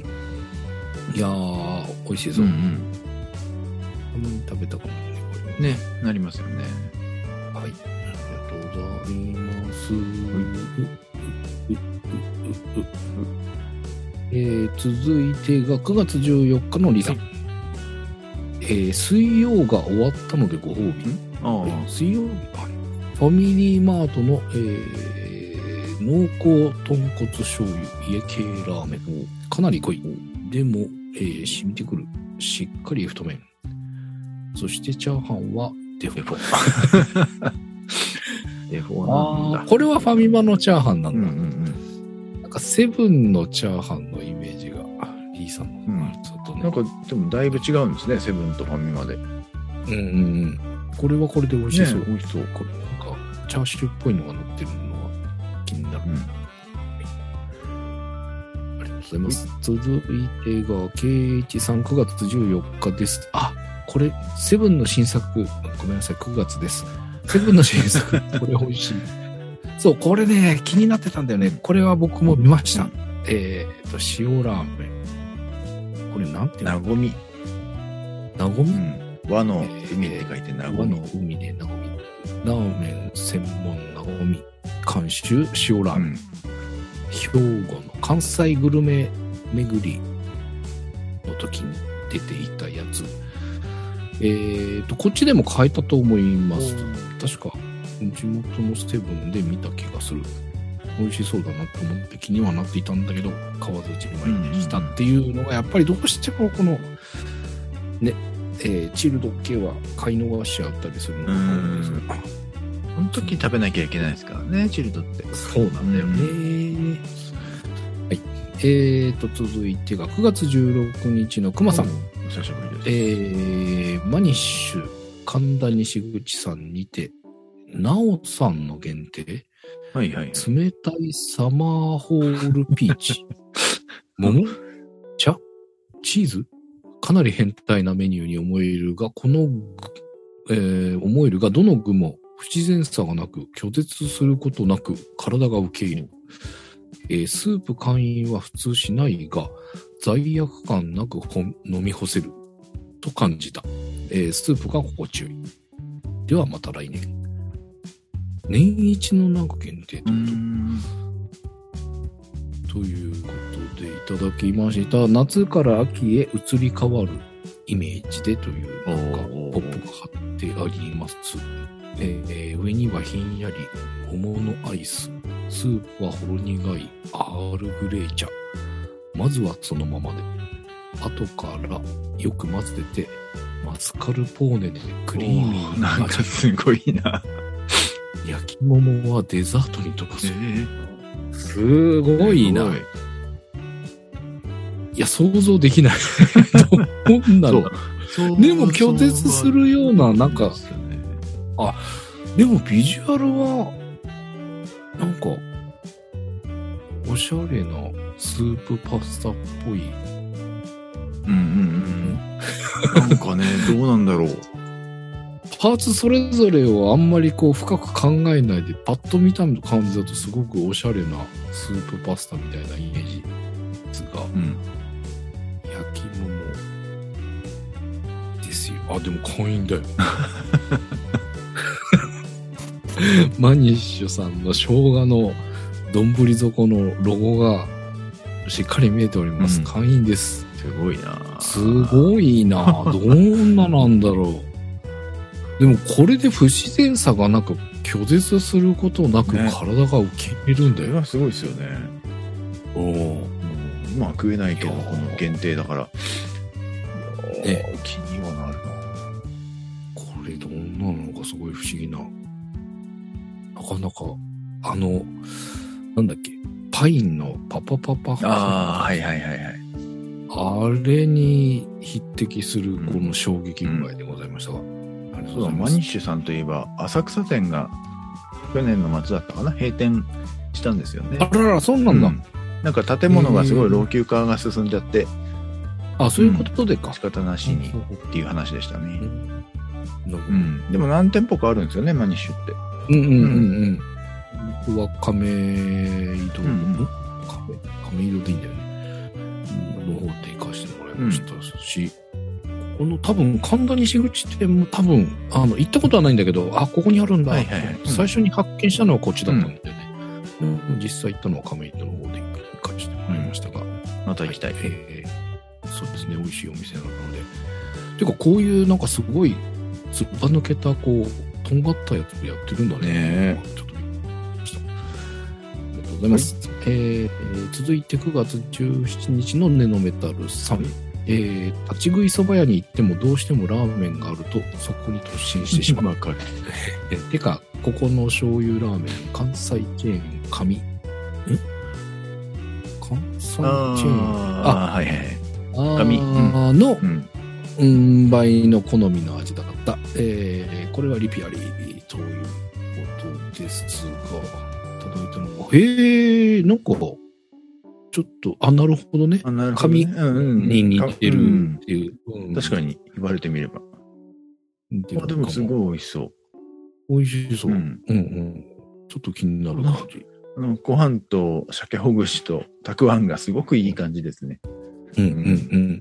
いやー、美味しいぞ。うんうん。あんまり食べたことないね、これ。 ね、なりますよね。 はい。ありがとうございます。えー、続いてがくがつじゅうよっかのリさん。はい、えー、水曜が終わったのでご褒美。ああ。水曜日、はい。ファミリーマートの、えー、濃厚豚骨醤油家系ラーメン。かなり濃い。でも、えー、染みてくる。しっかり太麺。そしてチャーハンはデフォ。 デフォなんだ。 これはファミマのチャーハンなんだ。うんうんうん、なんかセブンのチャーハンのイメージが、リーさんの、うん、ちょっとね。 なんかでもだいぶ違うんですね、セブンとファミマで。 うんうんうん。これはこれで美味しそう。ね、美味しそう。これなんかチャーシューっぽいのが乗ってるのは気になる。うん、はい、ありがとうございます。続いてが、ケイイチさんくがつじゅうよっかです。あ、これ、セブンの新作。ごめんなさい、くがつです。セブンの新作。これ美味しい。そう、これね、気になってたんだよね。これは僕も見ました。うん、えっと、塩ラーメン。 これなんていうの？ なごみ。 なごみ、うん、 和の海って書いてなごみ。 和の海でなごみ。ラーメン専門なごみ。監修塩ラーメン。うん、兵庫の関西グルメ巡りの時に出ていたやつ。えーと、こっちでも買えたと思います。確か、地元のセブンで見た気がする。美味しそうだなと思って気にはなっていたんだけど、買わずじまいにしたっていうのが、やっぱりどうしてもこの、ね、えー、チルド系は買い逃しちゃったりするのが多いですね。 あの時食べなきゃいけないですからね、チルドって。 そうなんだよね。はい。えーと、続いてがくがつじゅうろくにちのくまさん。 お久しぶりです。 えー、マニッシュ神田西口さんにて、なおさんの限定、 はいはい、はい。 冷たいサマーホールピーチ。桃茶チーズかなり変態なメニューに思えるが、この、えー、思えるが、どの具も不自然さがなく、拒絶することなく、体が受け入れる。えー、スープ勧誘は普通しないが、罪悪感なく飲み干せる。と感じた。えー、スープが心地よい。ではまた来年。年一のなんか限定と。ということでいただきました。夏から秋へ移り変わるイメージでというなんかポップが貼ってあります。えー、上にはひんやり桃のアイス、スープはほろ苦いアールグレイ茶。まずはそのままで。後からよく混ぜてマスカルポーネでクリーミーな。なんかすごいな。 焼き桃はデザートに溶かす。えー、すごいな。いや、想像できない。どんなの。でも拒絶するような、なんか、あ、でもビジュアルは、なんか、おしゃれなスープパスタっぽい。 うんうんうん。なんかね、どうなんだろう。 パーツそれぞれをあんまりこう深く考えないで、パッと見た感じだとすごくおしゃれなスープパスタみたいなイメージですが、うん、焼き桃ですよ。あ、でも会員だよ。マニッシュさんの生姜の丼底のロゴがしっかり見えております。うん、会員です。 すごいな。 すごいな。どんななんだろう。でもこれで不自然さがなく拒絶することなく体が受け入れるんだよ。 それはすごいですよね。おお。まあ食えないけどこの限定だから。ね、気にはなるな。 これどんなのかすごい不思議な。なかなかあのなんだっけパインのパパパパ。 ああはいはいはいはい。 あれに匹敵するこの衝撃具合でございましたが。うんそうだ、マニッシュさんといえば浅草店が去年の末だったかな閉店したんですよね。 あららそうなんだ、うん、 なんか建物がすごい老朽化が進んじゃって、 あそういうことでか、 うん、仕方なしにっていう話でしたね、うんうん、でも何店舗かあるんですよねマニッシュって。 うんうんうんうん僕は亀戸、うん、亀, 亀戸でいいんだよねの方で行かせてもらいましたし、うん、この多分神田西口店も多分あの行ったことはないんだけどあここにあるんだ、はいはいはい、最初に発見したのはこっちだったんだよね、うん、実際行ったのは亀戸の方で行かせてもらいましたが、うん、 また行きたい、 えー、そうですね美味しいお店なのでてかこういうなんかすごい突っぱ抜けたこうとんがったやつでやってるんだね。ちょっとびっくりしました。ありがとうございます。はい、えー、続いてくがつじゅうしちにちのネノメタルさん。えー、立ち食いそば屋に行ってもどうしてもラーメンがあるとそこに突進してしまう。わかる。えてかここの醤油ラーメン関西チェーン神。ん？関西チェーン。 ああはいはい。 神の。うんうん、倍の好みの味だった。えー、これはリピアリーということですが、届いたのが、へー、なんか、ちょっと、あ、なるほどね。 あなるほどね紙に似てるっていう、 うんうん。確かに言われてみれば。あでもすごい美味しそう。 美味しそう。うん、うん、うん。ちょっと気になる感じ。 あのご飯と鮭ほぐしとたくあんがすごくいい感じですね。 うんうんうん。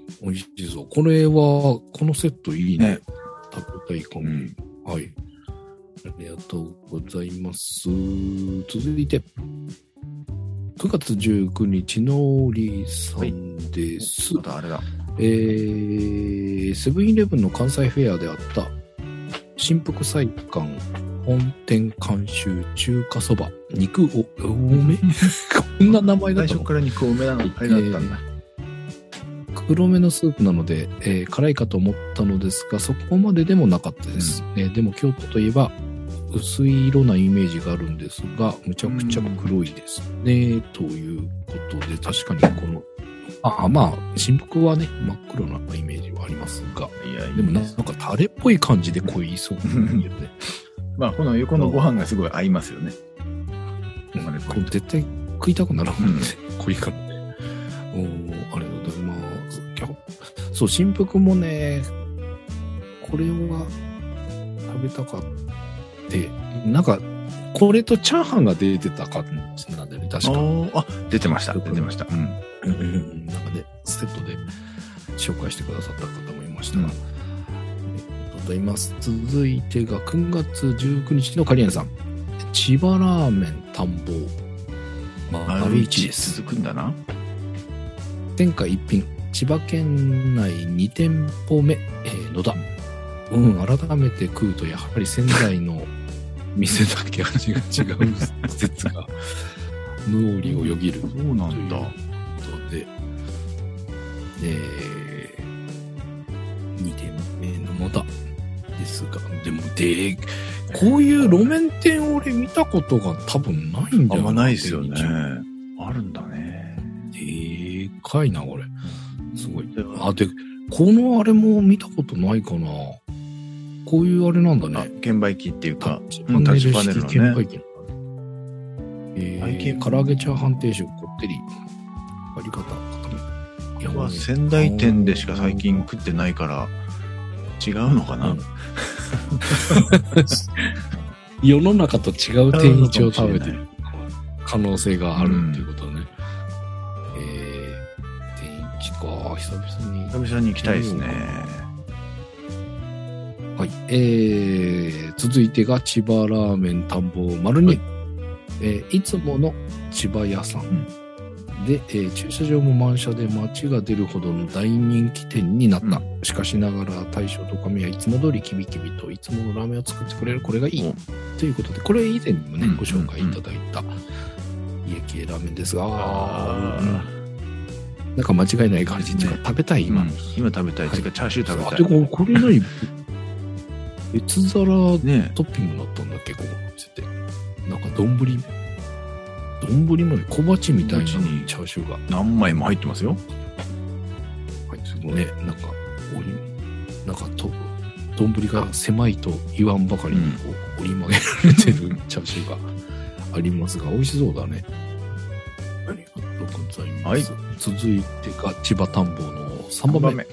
美味しそう。これは、このセットいいね。ね、食べたいかも、うん。はい。ありがとうございます。続いて、くがつじゅうくにちのりさんです。 はい、またあれだ。 えー、セブンイレブンの関西フェアであった、新福菜館本店監修中華そば、肉お、多めこんな名前だったの？ 最初から肉多めなの、あれだったんだ。 えー、黒めのスープなので、えー、辛いかと思ったのですが、そこまででもなかったです。うん、えー、でも京都といえば、薄い色なイメージがあるんですが、むちゃくちゃ黒いですね、うん、ということで、確かにこの、あ、まあ、新福はね、真っ黒なイメージはありますが、いやいやでもなんかタレっぽい感じで濃いそうに見えるね。 まあ、この横のご飯がすごい合いますよね。 うん、これ絶対食いたくなるもんね、うん、濃いからね。おー、あれだ、まあ、そう、新福もね、これは食べたかった。で、なんか、これとチャーハンが出てた感じなんだよね、確か。 あ、出てました、出てました。うん。 うんうんうん。なんかね、セットで紹介してくださった方もいましたが。うん、ありがとうございます。続いてがくがつじゅうくにちのカリエンさん。千葉ラーメン探訪。 まあ、丸一です。続くんだな。 天下一品。千葉県内にてんぽめ、えー、野田。うん、改めて食うとやはり仙台の店だけ味が違う説が脳裏をよぎる。 そうなんだ。ということで、えー、にてんめの野田ですが、でもで、こういう路面店俺見たことが多分ないんじゃない？ あんまないですよね。あるんだね。 でかいな、これ。すごい。あ、で、このあれも見たことないかな。こういうあれなんだね。 券売機っていうか、 タッチパネル式券売機。えー、唐揚げチャーハン定食、こってり。あり方、固め。 いや、まあ、仙台店でしか最近食ってないから、違うのかな、うん、 世の中と違う天一を食べてる可能性があるっていうことだね。うん、えー、天一か、久々に。 久々に行きたいですね。 はい。えー、続いてが千葉ラーメン探訪丸に、はい、えー、いつもの千葉屋さん、うん、で、えー、駐車場も満車で街が出るほどの大人気店になった。うん、しかしながら大将と神はいつも通りキビキビといつものラーメンを作ってくれる、これがいい、うん、ということで、これ以前にもね、うん、ご紹介いただいた家系ラーメンですが、あ、うん、なんか間違いない感じっていうか、ね、食べたい今、うん、 今食べたい、はい、チャーシュー食べたい。 で、これ何別皿トッピングだったんだっけ、ここ見せて。なんか丼、丼まで小鉢みたいにチャーシューが。 何枚も入ってますよ。 はい、すごいね。なんか、折り、なんかと、丼が狭いと言わんばかりにこう折り曲げられてるチャーシューがありますが、美味しそうだね。ありがとうございます。はい、続いてが千葉探訪のさんばんめ。さんばんめ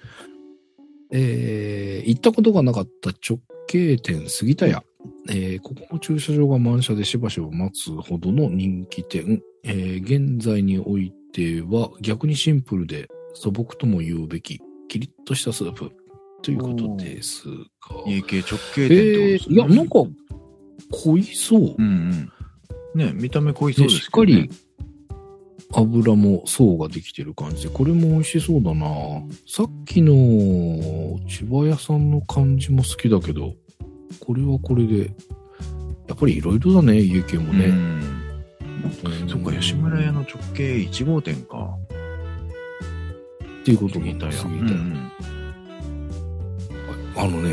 えー、行ったことがなかった直径店杉田屋、えー、ここの駐車場が満車でしばしば待つほどの人気店、えー、現在においては逆にシンプルで素朴とも言うべきキリッとしたスープということですが、 家系直径店ってことですね。 えー、いやなんか濃いそう、 うんうん、ね、見た目濃いそうですけど、ね、しっかり油も層ができてる感じで、これも美味しそうだな。さっきの千葉屋さんの感じも好きだけど、これはこれで、やっぱりいろいろだね、家系もね。うん。 そっか、吉村屋の直径いち号店か。 っていうことみたいな。うん、あのね、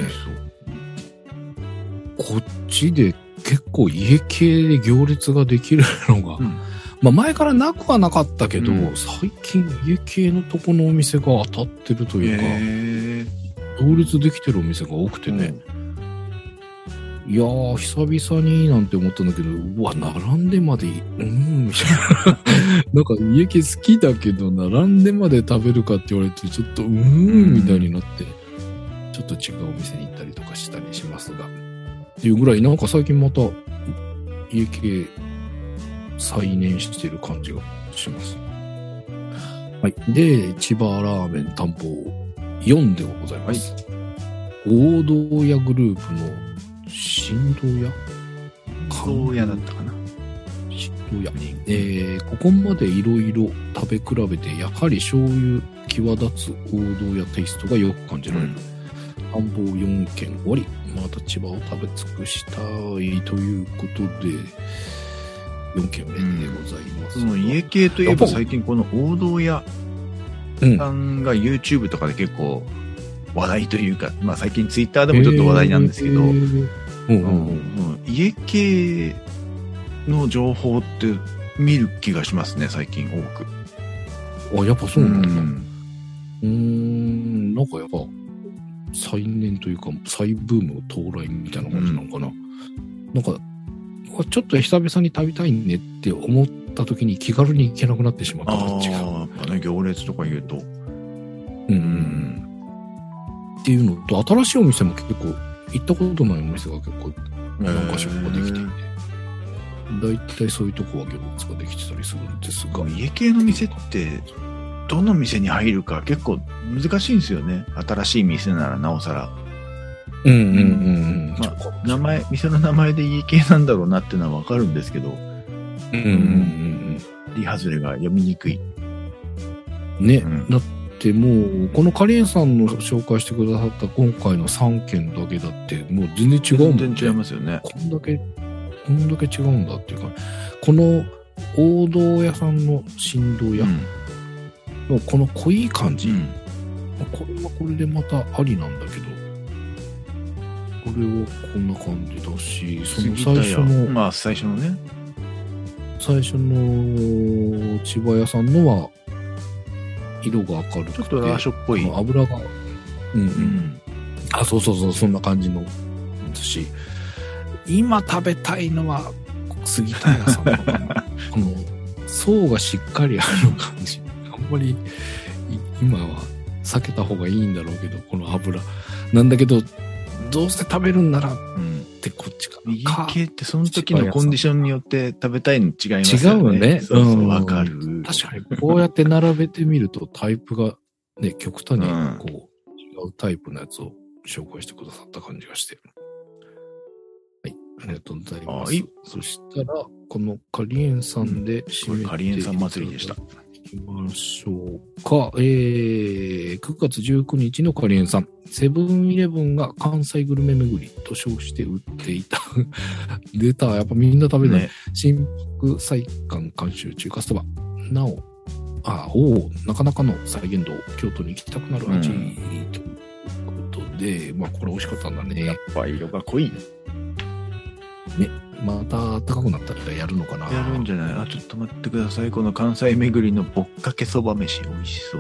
こっちで結構家系で行列ができるのが、うん、まあ前からなくはなかったけど、うん、最近家系のとこのお店が当たってるというか、行列できてるお店が多くてね、うん、いやー久々になんて思ったんだけど、うわ並んでまで、うーんみたいななんか家系好きだけど並んでまで食べるかって言われてちょっとうーんみたいになって、ちょっと違うお店に行ったりとかしたりしますが、っていうぐらいなんか最近また家系再燃してる感じがします。 はい。で、千葉ラーメン担保よんでございます。はい、王道屋グループの振動屋王道屋だったかな。 振動屋。えー、ここまでいろいろ食べ比べて、やはり醤油際立つ王道屋テイストがよく感じられる。担保よんけん終わり。また千葉を食べ尽くしたいということで、よんけんめでございます。 うん、その家系といえば最近この王道屋さんが YouTube とかで結構話題というか、まあ最近 Twitter でもちょっと話題なんですけど、家系の情報って見る気がしますね、最近多く。あ、やっぱそうなんだ。うん、うーん、なんかやっぱ再燃というか再ブームの到来みたいな感じなのかな。うん、なんかちょっと久々に食べたいねって思った時に気軽に行けなくなってしまった感じが。 ああ、ね、行列とか言うと。うん、 うん。っていうのと、新しいお店も結構、行ったことないお店が結構何か所かできていて、だいたいそういうとこは行列ができてたりするんですが。 家系の店って、どの店に入るか結構難しいんですよね。新しい店ならなおさら。 うんうんうんうん。 まあ、名前、店の名前で家系なんだろうなっていうのはわかるんですけど、うんうんうんうん。 リハズレが読みにくい。 ね、うん、だってもう、このカリエンさんの紹介してくださった今回のさんけんだけだって、もう全然違うもんね。 全然違いますよね。 こんだけ、こんだけ違うんだっていうか、この王道屋さんの振動屋のこの濃い感じ、うん、これはこれでまたありなんだけど、これをこんな感じだし、その最初の、 まあ最初のね、 最初の千葉屋さんのは色が明るくて、 ちょっとラーショっぽい油が、うんうん、うん、あ、そうそうそう、そんな感じのですし、今食べたいのは杉田屋さんのこの層がしっかりある感じ、あんまり今は避けた方がいいんだろうけど、この油なんだけど、どうせ食べるんなら、うん、ってこっちかな。 家系ってその時のコンディションによって食べたいの違いますよね。 違うよね。 そうそう、わかる。 確かに、こうやって並べてみるとタイプがね、極端にこう、違うタイプのやつを紹介してくださった感じがしてる。はい、ありがとうございます。はい、そしたら、このカリエンさんで締めて、うん、 カリエンさん祭りでした。 いきましょうか。えー、くがつじゅうくにちのカリエンさん。セブンイレブンが関西グルメ巡りと称して売っていた。出た。やっぱみんな食べない。ね、新福菜館監修中華そば。なお、あ、おお、なかなかの再現度。京都に行きたくなる味、うん、ということで、まあこれ美味しかったんだね。 やっぱ色が濃い。 ね。また高くなったらやるのかな。 やるんじゃない？あ、ちょっと待ってください。この関西巡りのぼっかけそば飯美味しそう。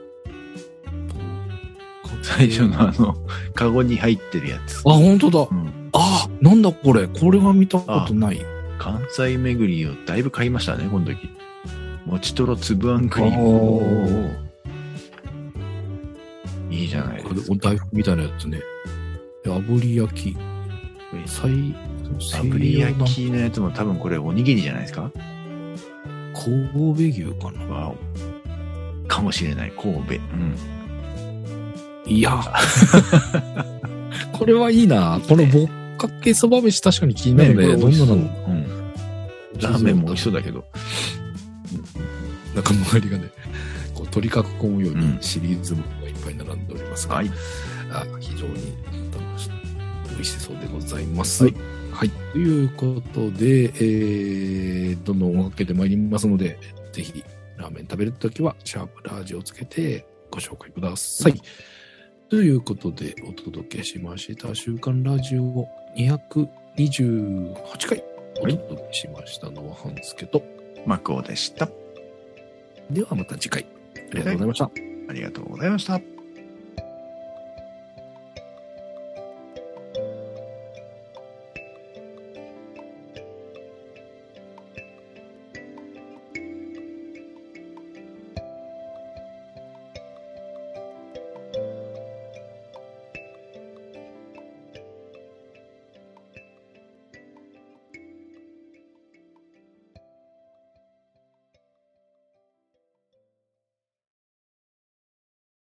最初のあのカゴに入ってるやつ。 あ、本当だ。うん、あ、なんだこれ。これは見たことない。 関西巡りをだいぶ買いましたね、この時。もちとろつぶあんクリーム。いいじゃないですか。 お大福みたいなやつね。炙り焼き。最炙り焼きのやつも多分これおにぎりじゃないですか？ 神戸牛かな？ わお。かもしれない、神戸。うん。 いや。これはいいな。このぼっかけそば飯確かに気になるね。ね、どんなの？うん。 ラーメンも美味しそうだけど。 なんか周りがね、こう取り囲むようにシリーズもいっぱい並んでおりますが、うん、あ、非常に楽しい。美味しそうでございます。はい。はい。ということで、えー、どんどんおかけてまいりますので、ぜひ、ラーメン食べるときは、シャープラージをつけてご紹介ください。うん、ということで、お届けしました、週刊ラジオをにひゃくにじゅうはちかいお届けしましたのは、半助と、 マクオでした。 ではまた次回。ありがとうございました。 ありがとうございました。